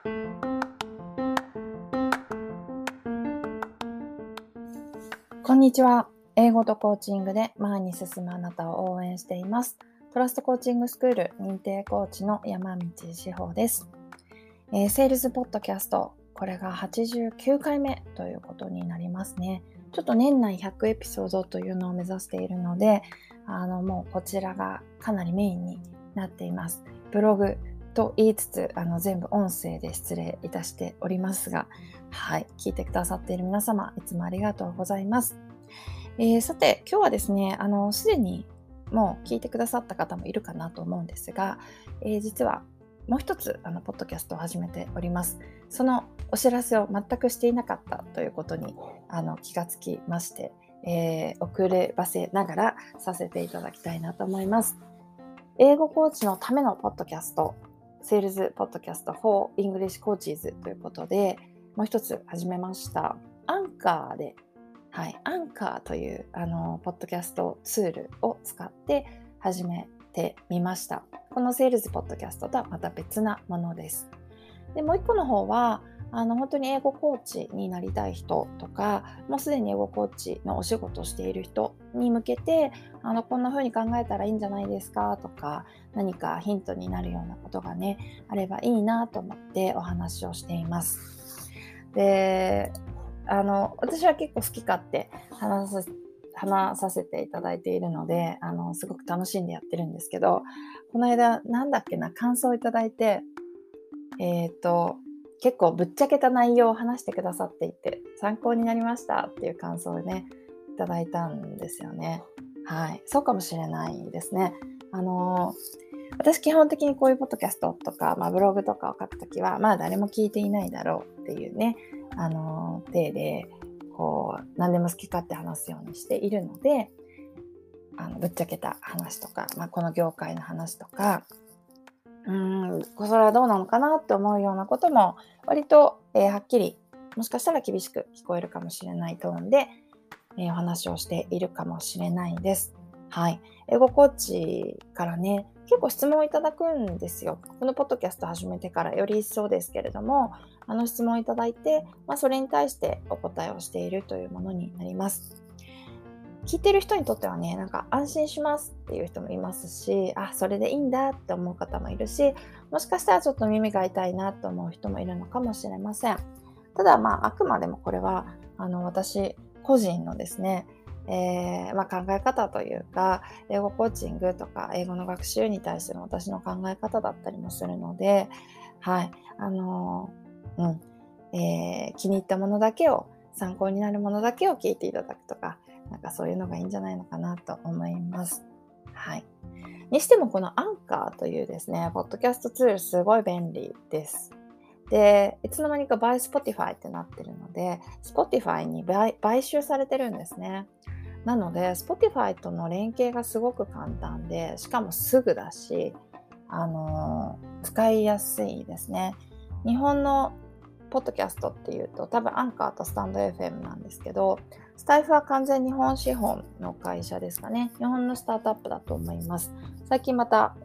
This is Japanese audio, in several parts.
こんにちは。英語とコーチングで前に進むあなたを応援しています。トラストコーチングスクール認定コーチの山道志保です。セールスポッドキャスト、これが89回目ということになりますね。ちょっと年内100エピソードというのを目指しているので、もうこちらがかなりメインになっています。ブログと言いつつ全部音声で失礼いたしておりますが、はい、聞いてくださっている皆様いつもありがとうございます。さて今日はですね、すでにもう聞いてくださった方もいるかなと思うんですが、実はもう一つポッドキャストを始めております。そのお知らせを全くしていなかったということに気がつきまして、遅ればせながらさせていただきたいなと思います。英語コーチのためのポッドキャスト、セールスポッドキャスト for English Coaches ということで、もう一つ始めました。アンカーで、アンカーというポッドキャストツールを使って始めてみました。このセールスポッドキャストとはまた別なものです。で、もう一個の方は本当に英語コーチになりたい人とか、もうすでに英語コーチのお仕事をしている人に向けてこんな風に考えたらいいんじゃないですかとか、何かヒントになるようなことがねあればいいなと思ってお話をしています。で、私は結構好き勝手話させていただいているので、すごく楽しんでやってるんですけど、この間感想をいただいて、結構ぶっちゃけた内容を話してくださっていて参考になりましたっていう感想をねいただいたんですよね。はい、そうかもしれないですね。私基本的にこういうポッドキャストとか、ブログとかを書くときはまだ誰も聞いていないだろうっていうね体でこう何でも好き勝手話すようにしているので、ぶっちゃけた話とか、この業界の話とか、それはどうなのかなって思うようなことも割と、はっきり、もしかしたら厳しく聞こえるかもしれないトーンで、お話をしているかもしれないです。はい。英語コーチからね、結構質問をいただくんですよ。このポッドキャスト始めてからより一層ですけれども、質問をいただいて、それに対してお答えをしているというものになります。聞いてる人にとってはね、安心しますっていう人もいますし、それでいいんだって思う方もいるし、もしかしたらちょっと耳が痛いなと思う人もいるのかもしれません。ただあくまでもこれは私個人のですね、考え方というか、英語コーチングとか英語の学習に対しての私の考え方だったりもするので、はい、気に入ったものだけを、参考になるものだけを聞いていただくとか、そういうのがいいんじゃないのかなと思います。はい。にしてもこのアンカーというですね、ポッドキャストツールすごい便利です。で、いつの間にか by Spotify ってなってるので、Spotify に買収されてるんですね。なので、Spotify との連携がすごく簡単で、しかもすぐだし、使いやすいですね。日本のポッドキャストっていうと多分アンカーとスタンド FM なんですけど、スタイフは完全日本資本の会社ですかね。日本のスタートアップだと思います。最近また、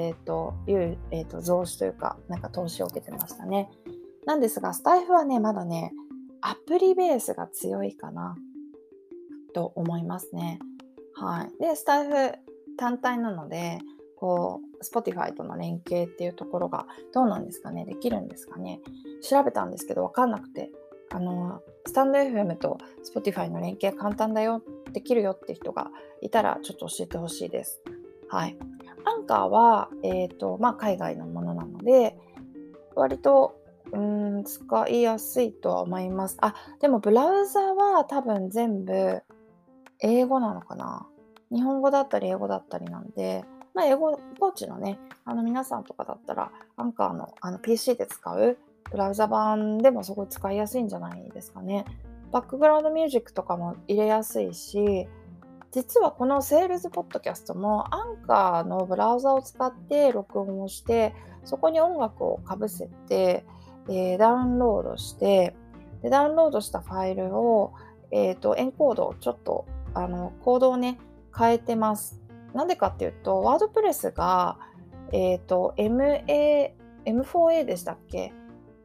増資というか、投資を受けてましたね。なんですが、スタイフはね、まだね、アプリベースが強いかなと思いますね。はい。で、スタイフ単体なので、Spotify との連携っていうところがどうなんですかね、できるんですかね。調べたんですけど分かんなくて、スタンド FM と Spotify の連携簡単だよ、できるよって人がいたらちょっと教えてほしいです。はい。アンカーは、海外のものなので、割と使いやすいとは思います。でもブラウザは多分全部英語なのかな。日本語だったり英語だったりなんで、英語コーチのね、皆さんとかだったら、アンカーのPC で使うブラウザ版でもすごい使いやすいんじゃないですかね。バックグラウンドミュージックとかも入れやすいし、実はこのセールスポッドキャストもアンカーのブラウザを使って録音をして、そこに音楽をかぶせて、ダウンロードして、でダウンロードしたファイルを、エンコードをちょっとコードをね変えてます。なんでかっていうと、ワードプレスがM4A でしたっけ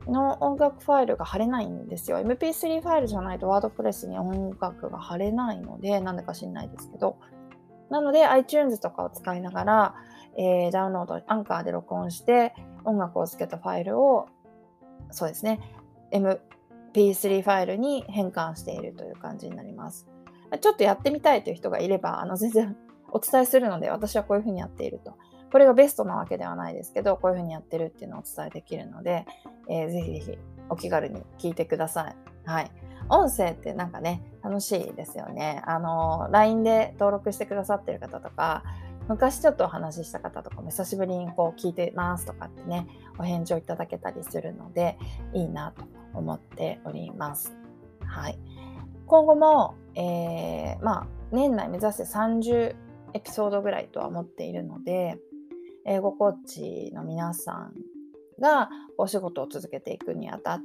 の音楽ファイルが貼れないんですよ。MP3 ファイルじゃないとワードプレスに音楽が貼れないので、なんでか知んないですけど。なので iTunes とかを使いながら、ダウンロード、アンカーで録音して音楽をつけたファイルを、そうですね、MP3 ファイルに変換しているという感じになります。ちょっとやってみたいという人がいれば、全然お伝えするので、私はこういうふうにやっていると。これがベストなわけではないですけど、こういうふうにやってるっていうのをお伝えできるので、ぜひぜひお気軽に聞いてください。はい。音声ってなんかね、楽しいですよね。LINE で登録してくださってる方とか、昔ちょっとお話しした方とかも久しぶりにこう聞いてますとかってね、お返事をいただけたりするので、いいなと思っております。はい。今後も、年内目指して30エピソードぐらいとは思っているので、英語コーチの皆さんがお仕事を続けていくにあたって、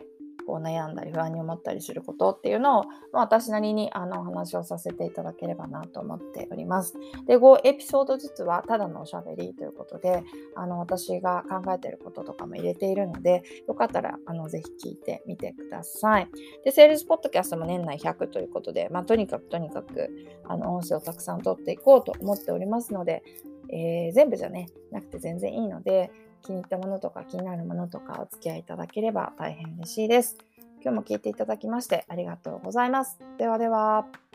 こう悩んだり不安に思ったりすることっていうのを、私なりにお話をさせていただければなと思っております。で、5エピソードずつはただのおしゃべりということで、私が考えていることとかも入れているので、よかったらぜひ聞いてみてください。で、セールスポッドキャストも年内100ということで、とにかく音声をたくさん取っていこうと思っておりますので、全部じゃねなくて全然いいので、気に入ったものとか気になるものとかお付き合いいただければ大変嬉しいです。今日も聞いていただきましてありがとうございます。ではでは。